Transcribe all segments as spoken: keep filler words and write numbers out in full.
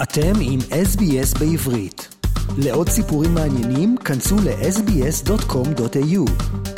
אתם עם אס בי אס בעברית. לעוד סיפורים מעניינים, כנסו ל-אס בי אס דוט קום דוט איי יו.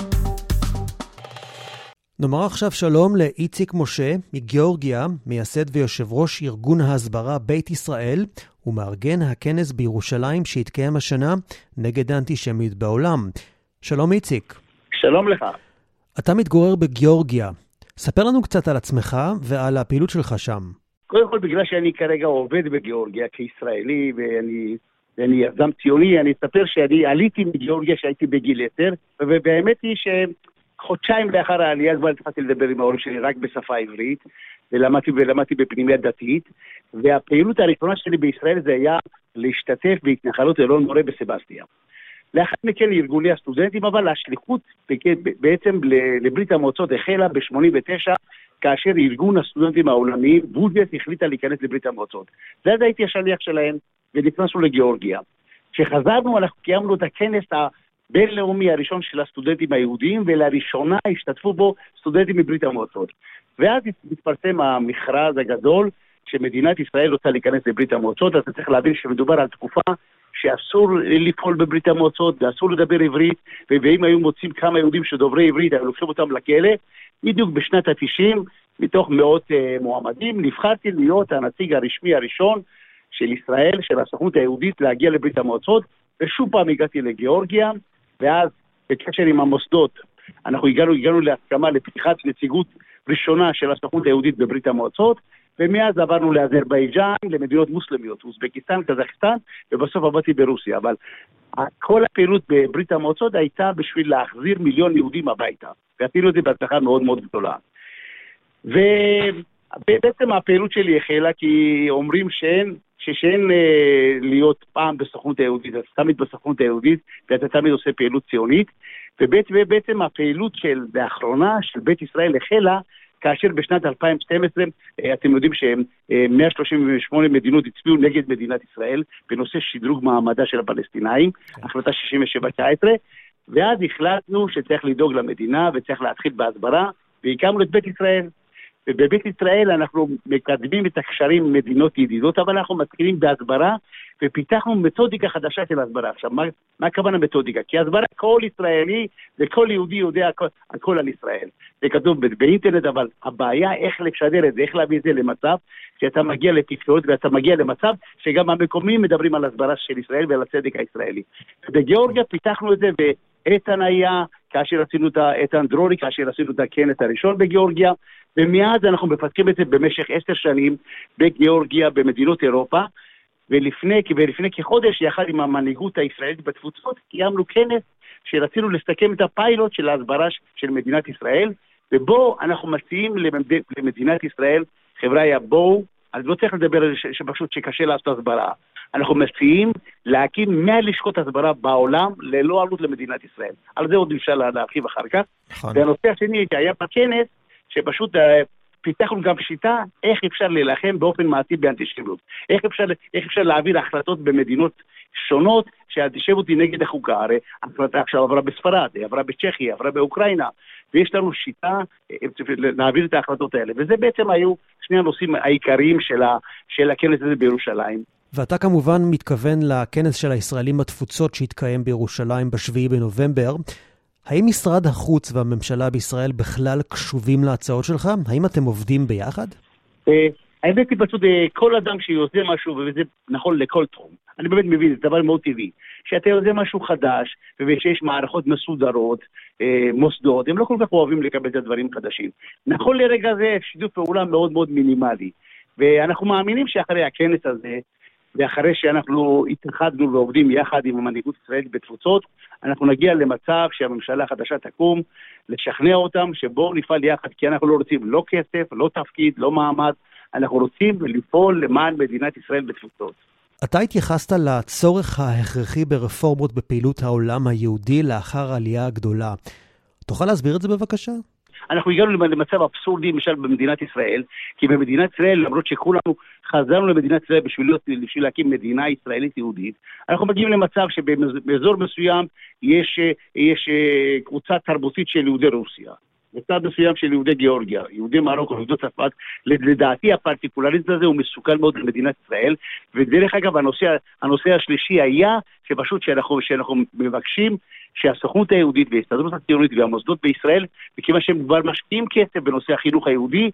נאמר עכשיו שלום לאיציק משה מגיאורגיה, מייסד ויושב ראש ארגון ההסברה בית ישראל, ומארגן הכנס בירושלים שהתקיים השנה נגד האנטישמיות בעולם. שלום איציק. שלום לך. אתה מתגורר בגיאורגיה. ספר לנו קצת על עצמך ועל הפעילות שלך שם. קודם כל, בגלל שאני כרגע עובד בגיאורגיה כישראלי, ואני, ואני יזם ציוני, אני אספר שאני עליתי מגיאורגיה שהייתי בגיל עשר, ובאמת היא שחודשיים לאחר העלייה כבר התחלתי לדבר עם ההורים שלי רק בשפה העברית, ולמדתי, ולמדתי בפנימיה דתית, והפעילות הראשונה שלי בישראל זה היה להשתתף בהתנחלות אלון מורה בסבסטיה. לאחר מכן ארגוני הסטודנטים, אבל השליחות בעצם לברית המועצות החלה ב-שמונים ותשע, כאשר ארגון הסטודנטים העולמיים, בודגט, החליטה להיכנס לברית המועצות. ואז הייתי השליח שלהם, ונכנסנו לגיאורגיה. כשחזרנו, אנחנו קיימנו את הכנס הבינלאומי הראשון של הסטודנטים היהודים, ולראשונה השתתפו בו סטודנטים מברית המועצות. ואז התפרסם המכרז הגדול, שמדינת ישראל רוצה להיכנס לברית המועצות, אז צריך להבין שמדובר על תקופה שאסור לפעול בברית המועצות, ואסור לדבר עברית, ואם היו מוצאים כמה יהודים שדוברי עברית, היו לוקחים אותם לכלא. בדיוק בשנת ה-תשעים, מתוך מאות uh, מועמדים, נבחרתי להיות הנציג הרשמי הראשון של ישראל, של הסוכנות היהודית, להגיע לברית המועצות, ושוב פעם הגעתי לגיאורגיה, ואז בקשר עם המוסדות, אנחנו הגענו, הגענו להסכמה לפתיחת נציגות ראשונה של הסוכנות היהודית בברית המועצות, ומאז עברנו לאזרבייג'אן, למדינות מוסלמיות, אוזבקיסטן, קזחסטן, ובסוף עבדתי ברוסיה. אבל כל הפעילות בברית המועצות הייתה בשביל להחזיר מיליון יהודים הביתה, ועשינו את זה בהצלחה מאוד מאוד גדולה. ובעצם הפעילות שלי החלה, כי אומרים שאין, שאין אה, להיות פעם בסוכנות היהודית, אז תמיד בסוכנות היהודית, ואתה תמיד עושה פעילות ציונית, ובעצם הפעילות של, באחרונה, של בית ישראל החלה, כאשר בשנת אלפיים ושתים עשרה, אתם יודעים ש-מאה שלושים ושמונה מדינות הצביעו נגד מדינת ישראל, בנושא שדרוג מעמדה של הפלסטינאים, החלטה שישים ושבע תשע עשרה, ואז החלטנו שצריך לדאוג למדינה, וצריך להתחיל בהסברה, והקמנו את בית ישראל. ובבית ישראל אנחנו מקדמים את הקשרים עם מדינות ידידות, אבל אנחנו מתחילים בהסברה, ופיתחנו מתודיקה חדשה של הסברה. עכשיו, מה, מה הכוונה מתודיקה? כי הסברה כל ישראלי וכל יהודי יודע הכל, הכל על ישראל. זה כתוב באינטרנט, אבל הבעיה איך לשדר את זה, איך להביא את זה למצב שאתה מגיע לתקשורת, ואתה מגיע למצב שגם המקומיים מדברים על הסברה של ישראל ועל הצדק הישראלי. בגיאורגיה פיתחנו את זה, ואיתן היה, כאשר עשינו את איתן דרורי, כאשר עשינו את הכנס הראשון בגיאורגיה, ומאז אנחנו מפתחים את זה במשך עשר שנים בגיאורגיה, במדינות אירופה, ולפני, ולפני כחודש, יחד עם המנהיגות הישראלית בתפוצות, קיימנו כנס שרצינו לסכם את הפיילוט של ההסברה של מדינת ישראל, ובו אנחנו מציעים למד... למדינת ישראל, חבר'ה, בואו, אז לא צריך לדבר על שפשוט שקשה לעשות הסברה. אנחנו מציעים להקים מאה לשכות הסברה בעולם ללא עלות למדינת ישראל. על זה עוד אפשר להרחיב אחר כך. נכון. והנושא השני שהיה בכנס, שפשוט פיתחנו גם שיטה איך אפשר להילחם באופן מעשי באנטישמיות. איך אפשר, איך אפשר להעביר החלטות במדינות שונות שהאנטישמיות היא נגד החוקה. הרי החלטה עכשיו עברה בספרד, עברה בצ'כיה, עברה באוקראינה, ויש לנו שיטה להעביר את ההחלטות האלה. וזה בעצם היו שני הנושאים העיקריים של, ה, של הכנס הזה בירושלים. ואתה כמובן מתכוון לכנס של הישראלים בתפוצות שהתקיים בירושלים בשביעי בנובמבר. האם משרד החוץ והממשלה בישראל בכלל קשובים להצעות שלך? האם אתם עובדים ביחד? האמת היא פשוט כל אדם שיוזם משהו, וזה נכון לכל תחום. אני באמת מבין, זה דבר מאוד טבעי. שאתה יוזם משהו חדש, ושיש מערכות מסודרות, מוסדות, הם לא כל כך אוהבים לקבל את הדברים חדשים. נכון לרגע זה שיתוף פעולה מאוד מאוד מינימלי. ואנחנו מאמינים שאחרי הכנס הזה, ואחרי שאנחנו התאחדנו ועובדים יחד עם המנהיגות הישראלית בתפוצות, אנחנו נגיע למצב שהממשלה החדשה תקום, לשכנע אותם שבואו נפעל יחד, כי אנחנו לא רוצים לא כסף, לא תפקיד, לא מעמד, אנחנו רוצים לפעול למען מדינת ישראל בתפוצות. אתה התייחסת לצורך ההכרחי ברפורמות בפעילות העולם היהודי לאחר העלייה הגדולה. תוכל להסביר את זה בבקשה? אנחנו הגענו למצב אבסורדי, למשל במדינת ישראל, כי במדינת ישראל, למרות שכולנו חזרנו למדינת ישראל בשביל, בשביל להקים מדינה ישראלית יהודית, אנחנו מגיעים למצב שבאזור מסוים יש, יש קבוצה תרבותית של יהודי רוסיה. בצד מסוים של יהודי גיאורגיה, יהודי מרוקו, יהודי צרפת. לדעתי הפרטיקולריזם הזה הוא מסוכן מאוד למדינת ישראל, ודרך אגב הנושא, הנושא השלישי היה שפשוט שאנחנו, שאנחנו מבקשים שהסוכנות היהודית וההסתדרות הציונית והמוסדות בישראל, מכיוון שהם כבר משקיעים כסף בנושא החינוך היהודי,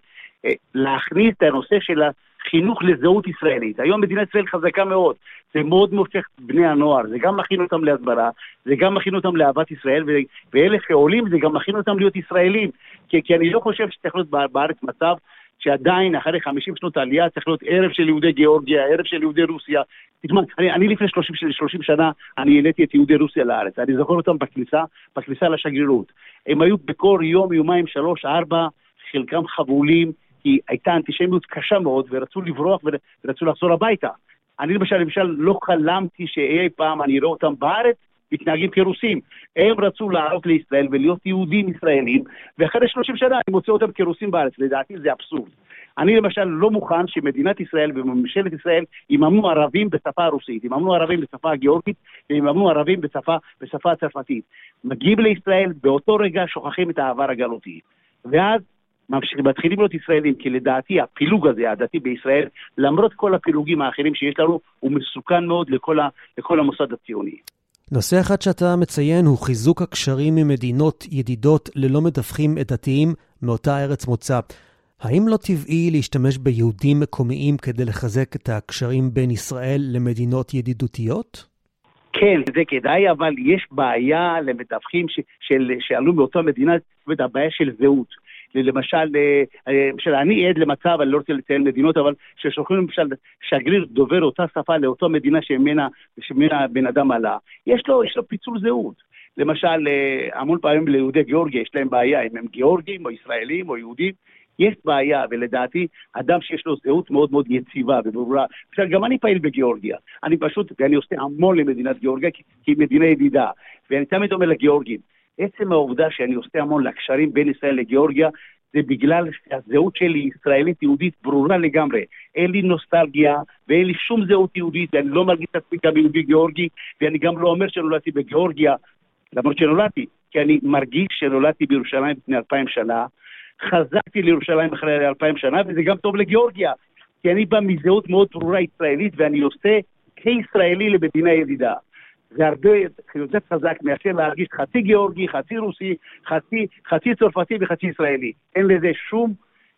להכניס את הנושא של החינוך לזהות ישראלית. היום מדינת ישראל חזקה מאוד, זה מאוד מושך בני הנוער, זה גם מכין אותם להסברה, זה גם מכין אותם לאהבת ישראל, ואלה שעולים זה גם מכין אותם להיות ישראלים, כי, כי אני לא חושב שצריך להיות בארץ מצב שעדיין אחרי חמישים שנות העלייה צריך להיות ערב של יהודי גיאורגיה, ערב של יהודי רוסיה. תשמע, אני, אני לפני שלושים, שלושים שנה אני העליתי את יהודי רוסיה לארץ, אני זוכר אותם בכניסה, בכניסה לשגרירות. הם היו בכל יום, יומיים, שלוש, ארבע, חלקם חבולים, כי הייתה אנטישמיות קשה מאוד, ורצו לברוח ורצו לחזור הביתה. אני למשל, למשל לא חלמתי שאי פעם אני אראה אותם בארץ, מתנהגים כרוסים. הם רצו לעלות לישראל ולהיות יהודים ישראלים, ואחרי שלושים שנה אני מוצא אותם כרוסים בארץ. לדעתי זה אבסורד. אני למשל לא מוכן שמדינת ישראל וממשלת ישראל יממנו ערבים בשפה הרוסית, יממנו ערבים בשפה הגיאורגית, ויממנו ערבים בשפה, בשפה הצרפתית. מגיעים לישראל, באותו רגע שוכחים את העבר הגלותי. ואז מתחילים להיות ישראלים, כי לדעתי הפילוג הזה, הדתי בישראל, למרות כל הפילוגים האחרים שיש לנו, הוא מסוכן מאוד לכל, ה, לכל המוסד הציוני. נושא אחד שאתה מציין הוא חיזוק הקשרים עם מדינות ידידות ללא מדווחים דתיים מאותה ארץ מוצא. האם לא טבעי להשתמש ביהודים מקומיים כדי לחזק את הקשרים בין ישראל למדינות ידידותיות? כן, זה כדאי, אבל יש בעיה למדווחים ש, של, שעלו מאותה מדינה, זאת הבעיה של זהות. למשל, למשל, אני עד למצב, אני לא רוצה לציין מדינות, אבל ששולחים למשל שגריר דובר אותה שפה לאותו מדינה שממנה, שממנה בן אדם עלה. יש לו, יש לו פיצול זהות. למשל, המון פעמים ליהודי גיאורגיה יש להם בעיה, אם הם גיאורגים או ישראלים או יהודים, יש בעיה, ולדעתי, אדם שיש לו זהות מאוד מאוד יציבה וברורה. למשל, גם אני פעיל בגיאורגיה. אני פשוט, ואני עושה המון למדינת גיאורגיה, כי היא מדינה ידידה. ואני תמיד אומר לגיאורגים, עצם העובדה שאני עושה המון לקשרים בין ישראל לגיאורגיה, זה בגלל שהזהות שלי ישראלית יהודית ברורה לגמרי. אין לי נוסטלגיה, ואין לי שום זהות יהודית, ואני לא מרגיש את עצמי גם יהודי גיאורגי, ואני גם לא אומר שנולדתי בגיאורגיה, למרות שנולדתי, כי אני מרגיש שנולדתי בירושלים לפני אלפיים שנה, חזקתי לירושלים אחרי אלפיים שנה, וזה גם טוב לגיאורגיה, כי אני בא מזהות מאוד ברורה ישראלית, ואני עושה כישראלי למדינה ידידה. זה הרבה יותר חזק מאשר להרגיש חצי גיאורגי, חצי רוסי, חצי, חצי צרפתי וחצי ישראלי. אין לזה שום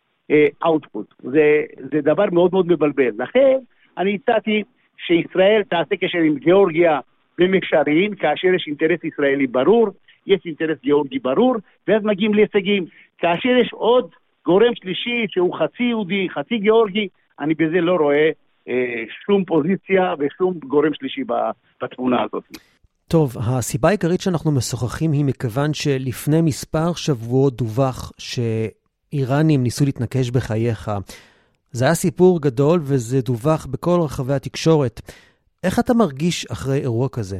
אאוטפוט. זה, זה דבר מאוד מאוד מבלבל. לכן אני הצעתי שישראל תעשה קשר עם גיאורגיה במישרין, כאשר יש אינטרס ישראלי ברור, יש אינטרס גיאורגי ברור, ואז מגיעים להישגים. כאשר יש עוד גורם שלישי שהוא חצי יהודי, חצי גיאורגי, אני בזה לא רואה שום פוזיציה ושום גורם שלישי בתמונה הזאת. טוב, הסיבה העיקרית שאנחנו משוחחים היא מכיוון שלפני מספר שבועות דווח שאיראנים ניסו להתנקש בחייך. זה היה סיפור גדול וזה דווח בכל רחבי התקשורת. איך אתה מרגיש אחרי אירוע כזה?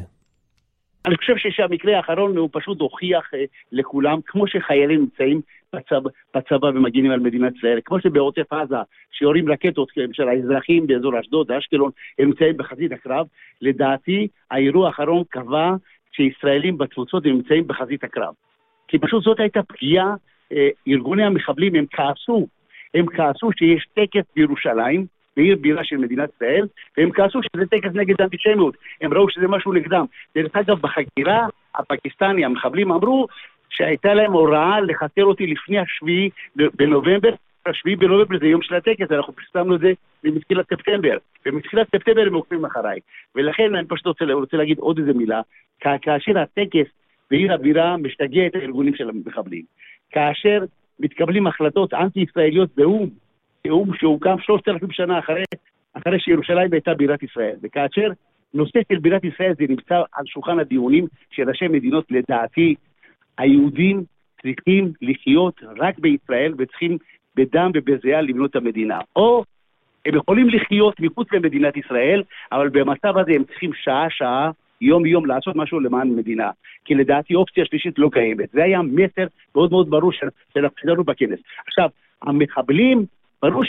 אני חושב שהמקרה האחרון הוא פשוט הוכיח לכולם, כמו שחיילים נמצאים בצבא, בצבא ומגינים על מדינת ישראל, כמו שבעוטף עזה, שיורים רקטות של האזרחים באזור אשדוד, אשקלון, הם נמצאים בחזית הקרב. לדעתי, האירוע האחרון קבע שישראלים בתפוצות הם נמצאים בחזית הקרב. כי פשוט זאת הייתה פגיעה, ארגוני המחבלים הם כעסו, הם כעסו שיש טקס בירושלים, בעיר בירה של מדינת ישראל, והם כעסו שזה טקס נגד אנטישמיות. הם ראו שזה משהו נגדם. דרך אגב, בחקירה הפקיסטני, המחבלים אמרו שהייתה להם הוראה לחסר אותי לפני השביעי בנובמבר. השביעי בנובמבר זה יום של הטקס, אנחנו פרסמנו את זה מתחילת ספטמבר. ומתחילת ספטמבר הם עוקבים אחריי. ולכן אני פשוט רוצה, רוצה להגיד עוד איזה מילה, כאשר הטקס בעיר הבירה משתגע את הארגונים של המחבלים. כאשר מתקבלים החלטות אנטי-ישראליות באום, באום שהוקם שלושת אלפים שנה אחרי, אחרי שירושלים הייתה בירת ישראל. וכאשר נושא של בירת ישראל זה נמצא על שולחן הדיונים של ראשי מדינות, לדעתי, היהודים צריכים לחיות רק בישראל וצריכים בדם ובזיעה לבנות את המדינה. או הם יכולים לחיות מחוץ למדינת ישראל, אבל במצב הזה הם צריכים שעה-שעה, יום-יום לעשות משהו למען מדינה. כי לדעתי אופציה שלישית לא קיימת. זה היה מסר מאוד מאוד ברור שלנו בכנס. עכשיו, המחבלים, ברור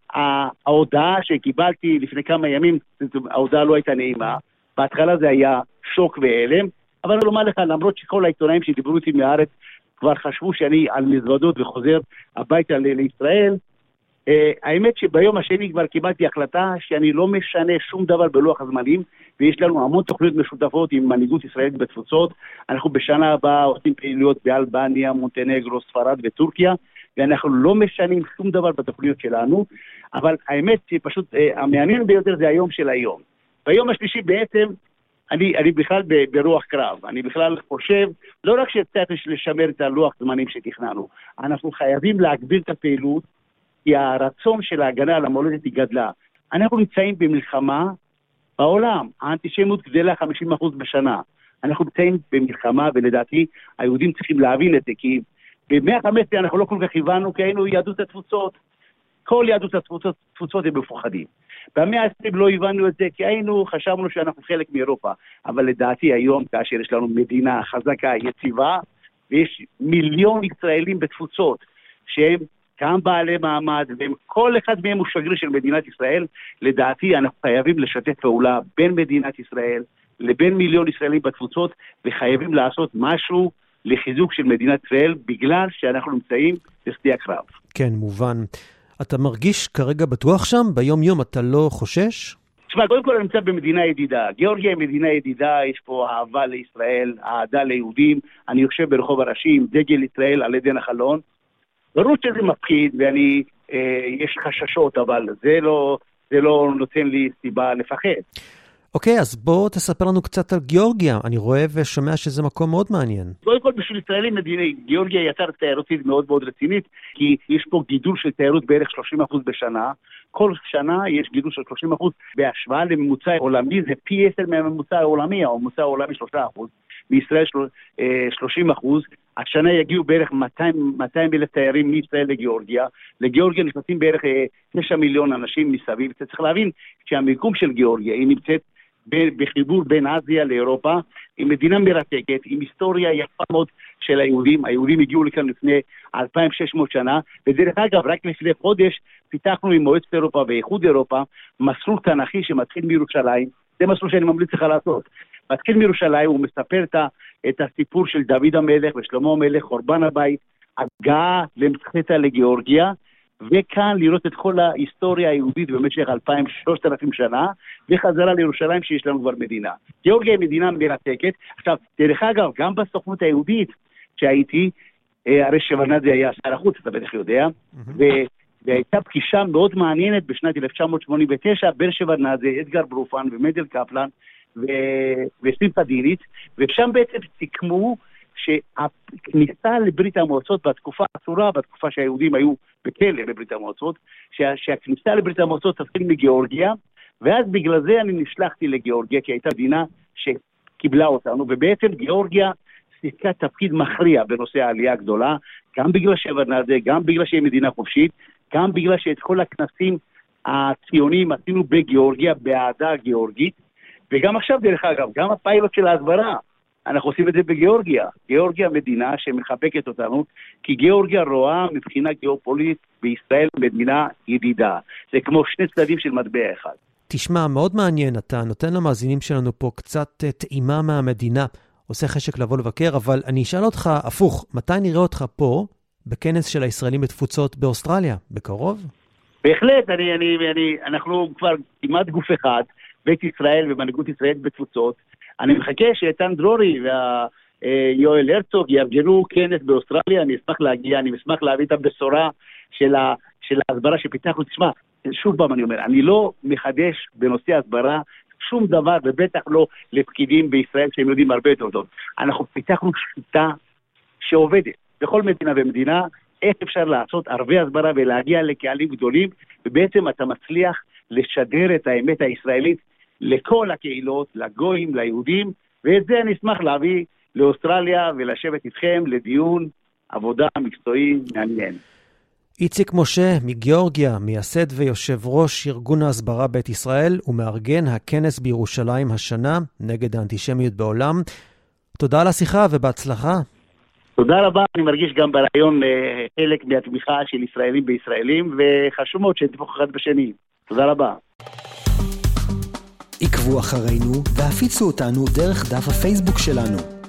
שההודעה שקיבלתי לפני כמה ימים, ההודעה לא הייתה נעימה. בהתחלה זה היה שוק ואלם, אבל אני אומר לך, למרות שכל העיתונאים שדיברו איתי מהארץ, כבר חשבו שאני על מזוודות וחוזר הביתה לישראל. Uh, האמת שביום השני כבר קיבלתי החלטה שאני לא משנה שום דבר בלוח הזמנים, ויש לנו המון תוכניות משותפות עם מנהיגות ישראלית בתפוצות. אנחנו בשנה הבאה עושים פעילויות באלבניה, מונטנגרו, ספרד וטורקיה, ואנחנו לא משנים שום דבר בתוכניות שלנו, אבל האמת שפשוט uh, המעניין ביותר זה היום של היום. ביום השלישי בעצם אני, אני בכלל ברוח קרב, אני בכלל חושב, לא רק שצריך לשמר את הלוח זמנים שתכננו, אנחנו חייבים להגביר את הפעילות, כי הרצון של ההגנה על המולדת היא גדלה. אנחנו נמצאים במלחמה בעולם, האנטישמיות גדלה חמישים אחוז בשנה. אנחנו נמצאים במלחמה, ולדעתי היהודים צריכים להבין את זה, כי ב-מאה וחמש עשרה אנחנו לא כל כך הבנו, כי היינו יהדות התפוצות. כל יהדות התפוצות תפוצות הם מפוחדים. במאה ה-עשרים לא הבנו את זה, כי היינו, חשבנו שאנחנו חלק מאירופה. אבל לדעתי היום, כאשר יש לנו מדינה חזקה, יציבה, ויש מיליון ישראלים בתפוצות, שהם גם בעלי מעמד, וכל אחד מהם הוא שגריר של מדינת ישראל, לדעתי אנחנו חייבים לשתף פעולה בין מדינת ישראל לבין מיליון ישראלים בתפוצות, וחייבים לעשות משהו לחיזוק של מדינת ישראל, בגלל שאנחנו נמצאים בשדה הקרב. כן, מובן. אתה מרגיש כרגע בטוח שם? ביום יום אתה לא חושש? תשמע, קודם כל אני נמצא במדינה ידידה. גיאורגיה היא מדינה ידידה, יש פה אהבה לישראל, אהדה ליהודים. אני יושב ברחוב הראשי עם דגל ישראל על ידי החלון. ברור שזה מפחיד, ואני, אה, יש חששות, אבל זה לא, זה לא נותן לי סיבה לפחד. אוקיי, אז בוא תספר לנו קצת על גיאורגיה. אני רואה ושומע שזה מקום מאוד מעניין. קודם כל, בשביל ישראלים, מדיני, גיאורגיה יצר תיירותית מאוד מאוד רצינית, כי יש פה גידול של תיירות בערך שלושים אחוז בשנה. כל שנה יש גידול של שלושים אחוז בהשוואה לממוצע עולמי, זה פי עשר מהממוצע העולמי, או ממוצע העולמי שלושה אחוז. בישראל שלושים אחוז. השנה יגיעו בערך מאתיים אלף תיירים מישראל לגיאורגיה. לגיאורגיה נכנסים בערך תשעה מיליון אנשים מסביב. צריך להבין שהמיקום של גיאורגיה היא נמצאת בחיבור בין אסיה לאירופה, היא מדינה מרתקת, עם היסטוריה יפה מאוד של היהודים. היהודים הגיעו לכאן לפני אלפיים ושש מאות שנה, ודרך אגב, רק לפני חודש פיתחנו עם מועצת אירופה ואיחוד אירופה מסלול תנכי שמתחיל מירושלים. זה מסלול שאני ממליץ לך לעשות. מתחיל מירושלים, הוא מספר את, את הסיפור של דוד המלך ושלמה המלך, חורבן הבית, הגעה למסחטה לגיאורגיה, וכאן לראות את כל ההיסטוריה היהודית במשך אלפיים ושלושת אלפים שנה, וחזרה לירושלים שיש לנו כבר מדינה. גיאורגיה היא מדינה מרתקת. עכשיו, דרך אגב, גם בסוכנות היהודית שהייתי, הרי שוורנדזה היה שר החוץ, אתה בטח יודע, ו... והייתה פגישה מאוד מעניינת בשנת אלף תשע מאות שמונים ותשע, בין שוורנדזה, אדגר ברופן ומדל קפלן, ו... ושמחה דינית, ושם בעצם סיכמו שהכניסה לברית המועצות בתקופה אסורה, בתקופה שהיהודים היו בכלא בברית המועצות, שה... שהכניסה לברית המועצות תתחיל מגיאורגיה, ואז בגלל זה אני נשלחתי לגיאורגיה, כי הייתה מדינה שקיבלה אותנו, ובעצם גיאורגיה שיחקה תפקיד מכריע בנושא העלייה הגדולה, גם בגלל שוורנדזה, גם בגלל שהיא מדינה חופשית, גם בגלל שאת כל הכנסים הציוניים עשינו בגיאורגיה, באהדה הגיאורגית, וגם עכשיו דרך אגב, גם הפיילוט של ההסברה, אנחנו עושים את זה בגיאורגיה. גיאורגיה מדינה שמחבקת אותנו, כי גיאורגיה רואה מבחינה גיאופוליטית בישראל מדינה ידידה. זה כמו שני צדדים של מטבע אחד. תשמע, מאוד מעניין, אתה נותן למאזינים שלנו פה קצת טעימה מהמדינה, עושה חשק לבוא לבקר, אבל אני אשאל אותך הפוך, מתי נראה אותך פה בכנס של הישראלים בתפוצות באוסטרליה? בקרוב? בהחלט, אני, אני, אני, אנחנו כבר כמעט גוף אחד, בית ישראל ומנהיגות ישראל בתפוצות. אני מחכה שאיתן דרורי ויואל הרצוג יארגנו כנס באוסטרליה, אני אשמח להגיע, אני אשמח להביא את הבשורה של, ה, של ההסברה שפיתחנו. תשמע, שוב פעם אני אומר, אני לא מחדש בנושא הסברה שום דבר, ובטח לא לפקידים בישראל שהם יודעים הרבה יותר טוב. אנחנו פיתחנו שיטה שעובדת בכל מדינה ומדינה, איך אפשר לעשות הרבה הסברה ולהגיע לקהלים גדולים, ובעצם אתה מצליח לשדר את האמת הישראלית לכל הקהילות, לגויים, ליהודים, ואת זה אני אשמח להביא לאוסטרליה ולשבת איתכם לדיון עבודה מקצועי מעניין. איציק משה מגיאורגיה, מייסד ויושב ראש ארגון ההסברה בית ישראל, ומארגן הכנס בירושלים השנה נגד האנטישמיות בעולם. תודה על השיחה ובהצלחה. תודה רבה, אני מרגיש גם ברעיון חלק מהתמיכה של ישראלים בישראלים, וחשוב מאוד שנתמוך אחד בשני. תודה רבה. עקבו אחרינו והפיצו אותנו דרך דף הפייסבוק שלנו.